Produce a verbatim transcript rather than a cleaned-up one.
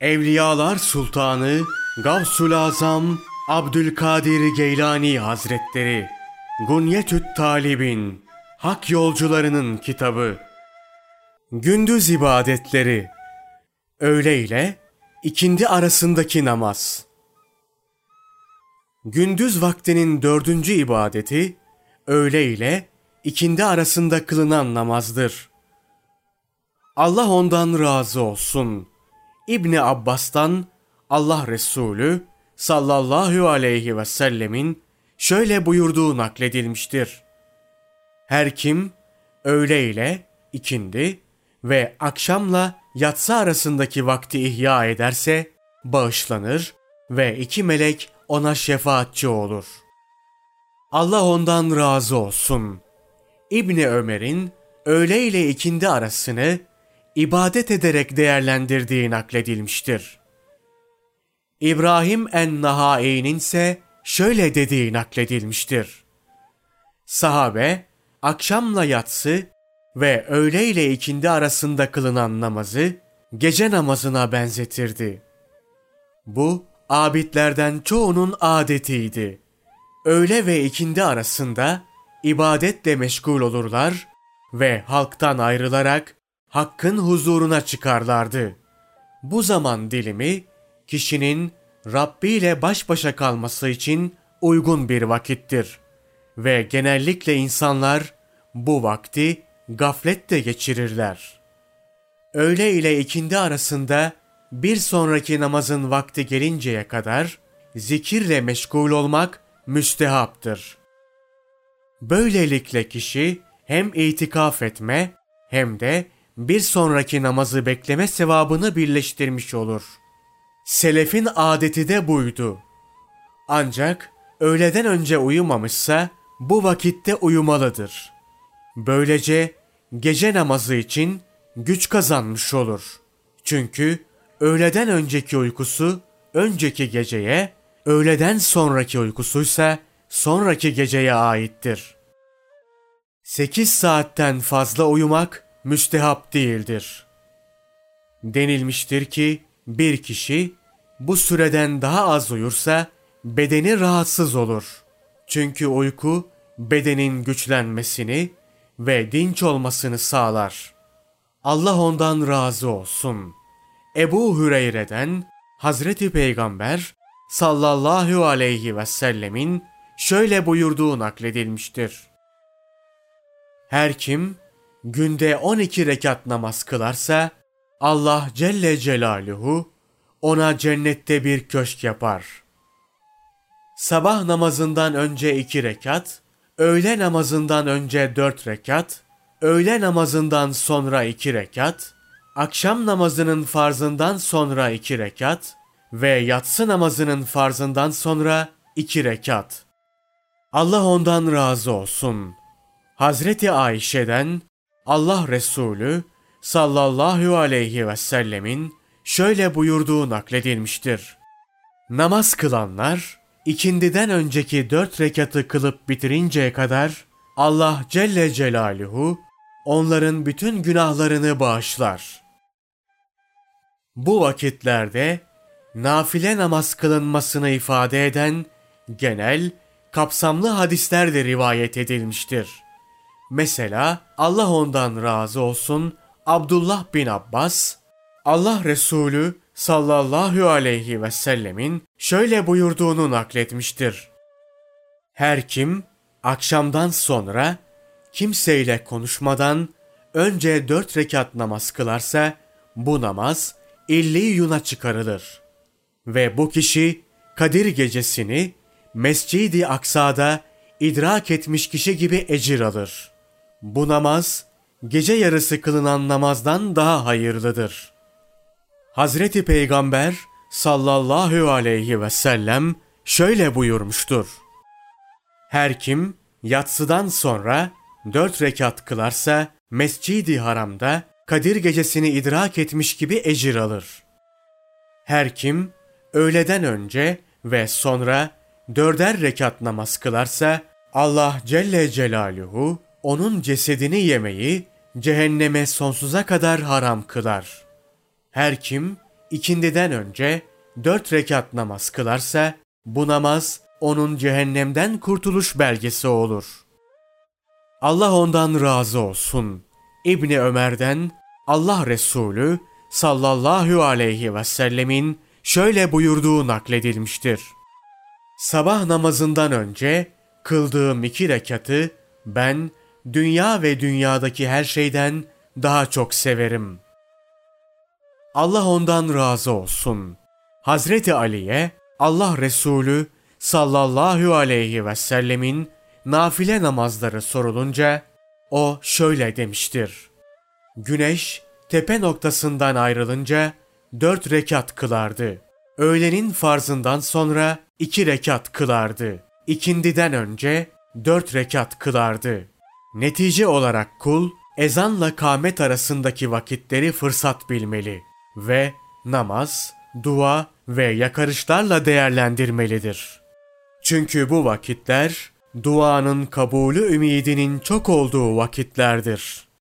Evliyalar Sultanı Gavsul Azam Abdülkadir Geylani Hazretleri Gunyetü't Talibin Hak Yolcularının Kitabı. Gündüz ibadetleri. Öğle ile ikindi arasındaki namaz. Gündüz vaktinin dördüncü ibadeti, öğle ile ikindi arasında kılınan namazdır. Allah ondan razı olsun. İbni Abbas'tan Allah Resulü sallallahu aleyhi ve sellemin şöyle buyurduğu nakledilmiştir. Her kim öğle ile ikindi ve akşamla yatsı arasındaki vakti ihya ederse bağışlanır ve iki melek ona şefaatçi olur. Allah ondan razı olsun. İbni Ömer'in öğle ile ikindi arasını ibadet ederek değerlendirdiği nakledilmiştir. İbrahim en-Nahai'nin ise şöyle dediği nakledilmiştir. Sahabe, akşamla yatsı ve öğle ile ikindi arasında kılınan namazı gece namazına benzetirdi. Bu, abidlerden çoğunun adetiydi. Öğle ve ikindi arasında ibadetle meşgul olurlar ve halktan ayrılarak Hakk'ın huzuruna çıkarlardı. Bu zaman dilimi, kişinin Rabbi ile baş başa kalması için uygun bir vakittir. Ve genellikle insanlar bu vakti gafletle geçirirler. Öğle ile ikindi arasında bir sonraki namazın vakti gelinceye kadar zikirle meşgul olmak müstehaptır. Böylelikle kişi hem itikaf etme hem de bir sonraki namazı bekleme sevabını birleştirmiş olur. Selefin adeti de buydu. Ancak öğleden önce uyumamışsa bu vakitte uyumalıdır. Böylece gece namazı için güç kazanmış olur. Çünkü öğleden önceki uykusu önceki geceye, öğleden sonraki uykusuysa sonraki geceye aittir. Sekiz saatten fazla uyumak müstehap değildir. Denilmiştir ki bir kişi bu süreden daha az uyursa bedeni rahatsız olur. Çünkü uyku bedenin güçlenmesini ve dinç olmasını sağlar. Allah ondan razı olsun. Ebu Hüreyre'den Hazreti Peygamber sallallahu aleyhi ve sellemin şöyle buyurduğu nakledilmiştir. Her kim günde on iki rekat namaz kılarsa Allah Celle Celaluhu ona cennette bir köşk yapar. Sabah namazından önce iki rekat, öğle namazından önce dört rekat, öğle namazından sonra iki rekat, akşam namazının farzından sonra iki rekat ve yatsı namazının farzından sonra iki rekat. Allah ondan razı olsun. Hazreti Ayşe'den Allah Resulü sallallahu aleyhi ve sellemin şöyle buyurduğu nakledilmiştir. Namaz kılanlar ikindiden önceki dört rekatı kılıp bitirinceye kadar Allah Celle Celaluhu onların bütün günahlarını bağışlar. Bu vakitlerde nafile namaz kılınmasını ifade eden genel, kapsamlı hadisler de rivayet edilmiştir. Mesela Allah ondan razı olsun Abdullah bin Abbas, Allah Resulü sallallahu aleyhi ve sellemin şöyle buyurduğunu nakletmiştir. Her kim akşamdan sonra kimseyle konuşmadan önce dört rekat namaz kılarsa bu namaz illiyuna çıkarılır. Ve bu kişi Kadir gecesini Mescid-i Aksa'da idrak etmiş kişi gibi ecir alır. Bu namaz gece yarısı kılınan namazdan daha hayırlıdır. Hazreti Peygamber sallallahu aleyhi ve sellem şöyle buyurmuştur. Her kim yatsıdan sonra dört rekat kılarsa Mescid-i Haram'da Kadir gecesini idrak etmiş gibi ecir alır. Her kim öğleden önce ve sonra dörder rekat namaz kılarsa Allah Celle Celaluhu onun cesedini yemeyi cehenneme sonsuza kadar haram kılar. Her kim ikindiden önce dört rekat namaz kılarsa bu namaz onun cehennemden kurtuluş belgesi olur. Allah ondan razı olsun. İbni Ömer'den Allah Resulü sallallahu aleyhi ve sellemin şöyle buyurduğu nakledilmiştir. Sabah namazından önce kıldığım iki rekatı ben dünya ve dünyadaki her şeyden daha çok severim. Allah ondan razı olsun. Hazreti Ali'ye Allah Resulü sallallahu aleyhi ve sellemin nafile namazları sorulunca o şöyle demiştir. Güneş tepe noktasından ayrılınca dört rekat kılardı. Öğlenin farzından sonra iki rekat kılardı. İkindiden önce dört rekat kılardı. Netice olarak kul ezanla kâmet arasındaki vakitleri fırsat bilmeli ve namaz, dua ve yakarışlarla değerlendirmelidir. Çünkü bu vakitler duanın kabulü ümidinin çok olduğu vakitlerdir.